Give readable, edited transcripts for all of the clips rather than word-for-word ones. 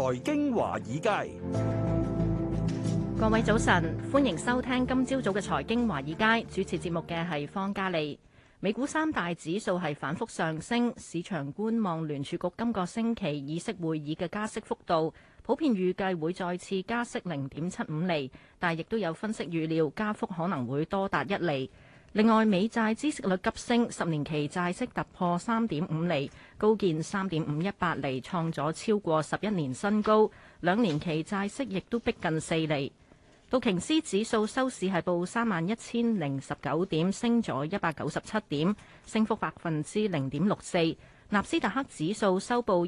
財經華爾街， 各位早晨，歡迎收聽今朝早嘅財經華爾街。主持節目嘅係方嘉利。美股三大指數係反覆上升，市場觀望聯儲局今個星期議息會議嘅加息幅度，普遍預計會再次加息0.75厘，但亦都有分析預料加幅可能會多達1厘。另外，美債孳息率急升，10年期債息突破3.5厘，高見3.518厘，創咗超過11年新高。2年期債息亦都逼近4厘。道瓊斯指數收市係報31,019點，升咗197點，升幅0.64%。納斯達克指數收報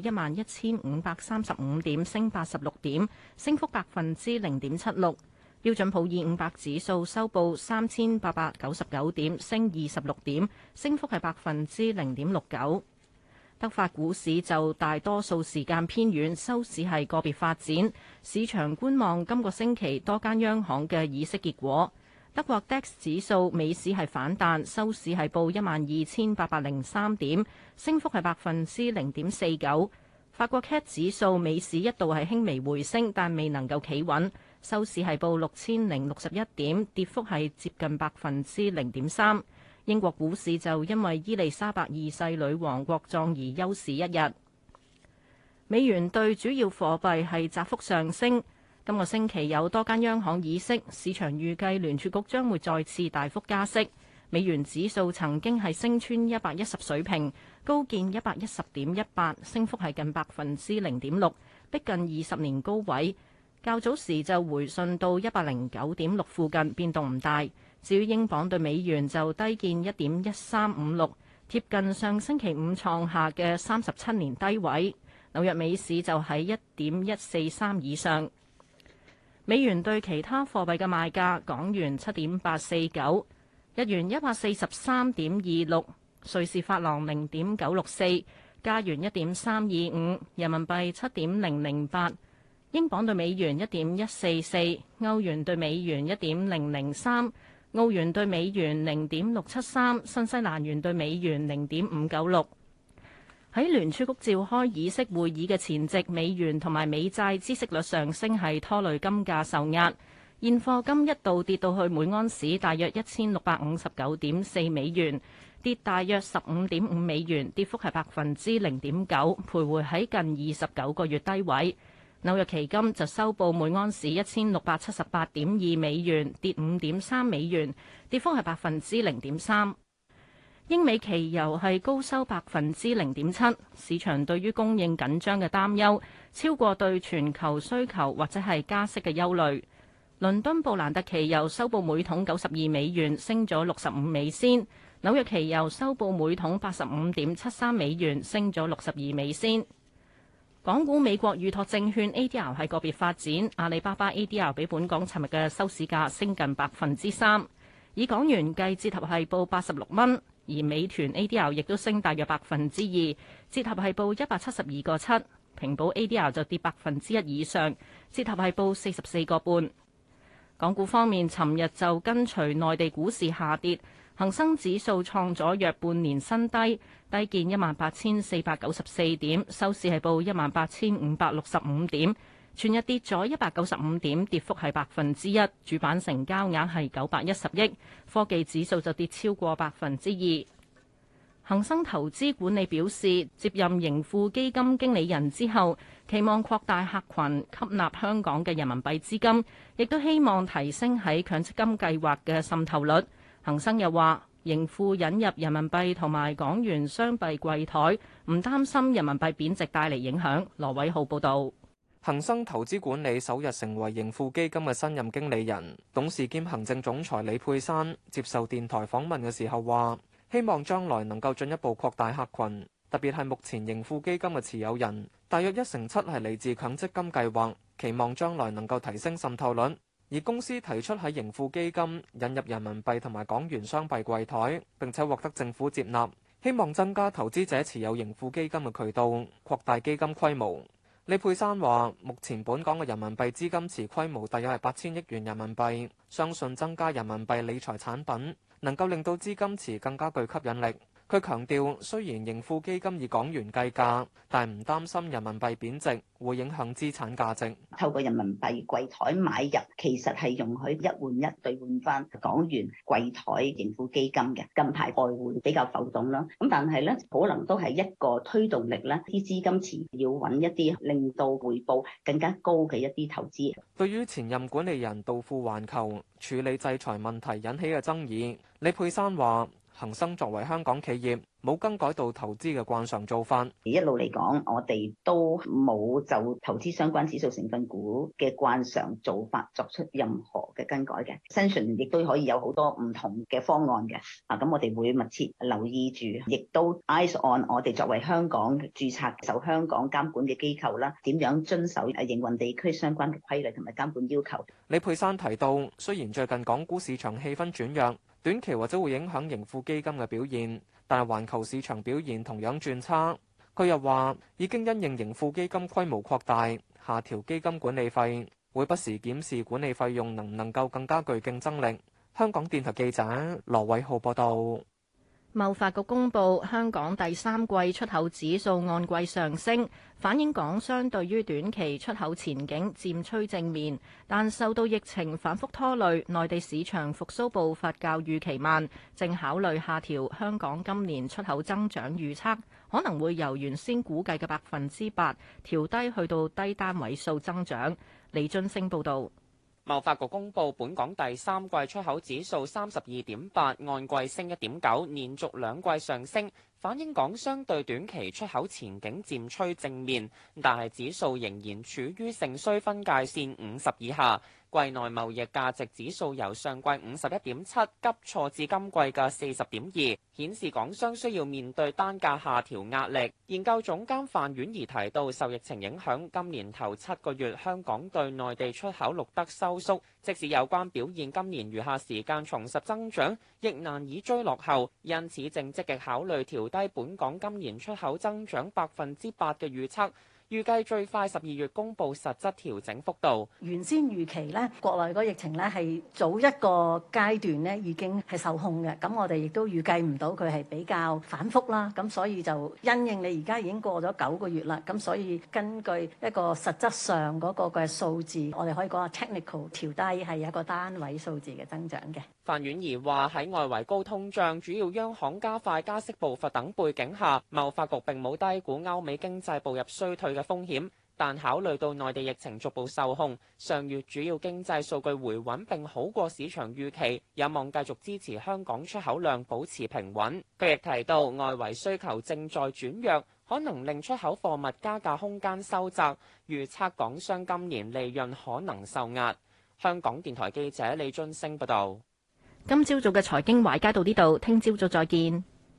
11,535點，升86點，升幅0.76%。標準普爾500指數收報3,899點，升26點，升幅係0.69%。德法股市就大多數時間偏軟，收市係個別發展。市場觀望今個星期多間央行嘅議息結果。德國 DAX 指數美市係反彈，收市係報12,803點，升幅係0.49%。法國 CAC 指數美市一度係輕微回升，但未能夠企穩，收市係報6,061點，跌幅係接近0.3%。英國股市就因為伊麗莎白二世女王國葬而休市一日。美元對主要貨幣係窄幅上升。今個星期有多間央行議息，市場預計聯儲局將會再次大幅加息。美元指數曾經係升穿110水平，高見110.18，升幅係近0.6%，逼近20年高位。較早時就回順到109.6附近，變動唔大。至於英鎊對美元就低見1.1356，貼近上星期五創下嘅37年低位。紐約美市就喺1.143以上。美元對其他貨幣嘅賣價：港元7.849，日元143.26，瑞士法郎0.964，加元1.325，人民幣7.008，英鎊對美元1.144，歐元對美元1.003。澳元對美元0.673，新西蘭元對美元0.596。喺聯儲局召開議息會議嘅前夕，美元同埋美債孳息率上升係拖累金價受壓。現貨金一度跌到去每安士大約1659.4美元，跌大約15.5美元，跌幅係0.9%，徘徊喺近29個月低位。紐約期金就收報每安士1678.2美元，跌5.3美元，跌幅係0.3%。英美期油係高收0.7%，市場對於供應緊張嘅擔憂超過對全球需求或者係加息嘅憂慮。倫敦布蘭特期油收報每桶92美元，升咗65美仙。紐約期油收報每桶85.73美元，升咗62美仙。港股美國預託證券 ADR 係個別發展，阿里巴巴 ADR 比本港尋日嘅收市價升近3%，以港元計折合係報86蚊，而美團 ADR 亦都升大約2%，折合係報172個7，平保 ADR 就跌1%以上，折合係報44個半。港股方面，尋日就跟隨內地股市下跌。恒生指數創咗約半年新低，低見18,494點，收市係報18,565點，全日跌咗195點，跌幅係1%。主板成交額係910億，科技指數就跌超過2%。恒生投資管理表示，接任盈富基金經理人之後，期望擴大客群，吸納香港嘅人民幣資金，亦都希望提升喺強積金計劃嘅滲透率。恒生又話，盈富引入人民幣同埋港元雙幣櫃台，唔擔心人民幣貶值帶嚟影響。羅偉浩報導。 恒生投資管理首日成為盈富基金嘅新任經理人，董事兼行政總裁李佩珊接受電台訪問嘅時候話，希望將來能夠進一步擴大客群，特別係目前盈富基金嘅持有人，大約1/7係嚟自強積金計劃，期望將來能夠提升滲透率。而公司提出喺盈富基金引入人民幣同埋港元雙幣櫃台，並且獲得政府接納，希望增加投資者持有盈富基金嘅渠道，擴大基金規模。李佩珊話：目前本港嘅人民幣資金池規模大約係8000億元人民幣，相信增加人民幣理財產品能夠令到資金池更加具吸引力。 佢強調，雖然盈富基金以港元計價，但唔擔心人民幣貶值會影響資產價值。 透過人民幣櫃台買入，其實係容許一換一兌換翻港元櫃台盈富基金嘅。近排外匯比較浮動啦，咁但係咧可能都係一個推動力啦，啲資金池要揾一啲令到回報更加高嘅一啲投資。 對於前任管理人道富環球處理制裁問題引起嘅爭議，李佩珊話：恒生作為香港企業，冇更改到投資嘅慣常做法。 一路嚟講，我哋都冇就投資相關指數成分股嘅慣常做法作出任何嘅更改嘅。相信亦都可以有好多唔同嘅方案嘅。咁我哋會密切留意住，亦都 eyes on 我哋作為香港註冊受香港監管嘅機構啦，點樣遵守營運地區相關嘅規例同埋監管要求。 李佩珊提到，雖然最近港股市場氣氛轉弱，短期或者會影響盈富基金嘅表現，但係環球市場表現同樣轉差。佢又話已經因應盈富基金規模擴大，下調基金管理費，會不時檢視管理費用能唔能夠更加具競爭力。香港電台記者羅偉浩報道。 貿發局公布香港第三季出口指數按季上升，反映港商對於短期出口前景漸趨正面，但受到疫情反覆拖累，內地市場復甦步伐較預期慢，正考慮下調香港今年出口增長預測，可能會由原先估計嘅8%調低去到低單位數增長。李津升報導。 貿發局公布本港第三季出口指數32.8，按季升1.9，連續兩季上升，反映港商對短期出口前景漸趨正面，但係指數仍然處於盛衰分界線50以下。季內貿易價值指數由上季51.7急挫至今季嘅40.2，顯示港商需要面對單價下調壓力。研究總監范婉儀提到，受疫情影響，今年頭7個月香港對內地出口錄得收縮，即使有關表現今年餘下時間重拾增長，亦難以追落後，因此正積極考慮調低本港今年出口增長8%嘅預測。預計最快12月公布實質調整幅度。 原先預期咧，國內個疫情咧係早一個階段咧已經係受控嘅，咁我哋亦都預計唔到佢係比較反覆啦。咁所以就因應你而家已經過咗9個月啦，咁所以根據一個實質上嗰個嘅數字，我哋可以講下 technical 調低係一個單位數字嘅增長嘅。 范婉儀話喺外圍高通脹、主要央行加快加息步伐等背景下，貿發局並冇低估歐美經濟步入衰退嘅風險，但考慮到內地疫情逐步受控，上月主要經濟數據回穩並好過市場預期，有望繼續支持香港出口量保持平穩。佢亦提到外圍需求正在轉弱，可能令出口貨物加價空間收窄，預測港商今年利潤可能受壓。香港電台記者李津升報道。 今朝早嘅財經華爾街到呢度，聽朝早再見。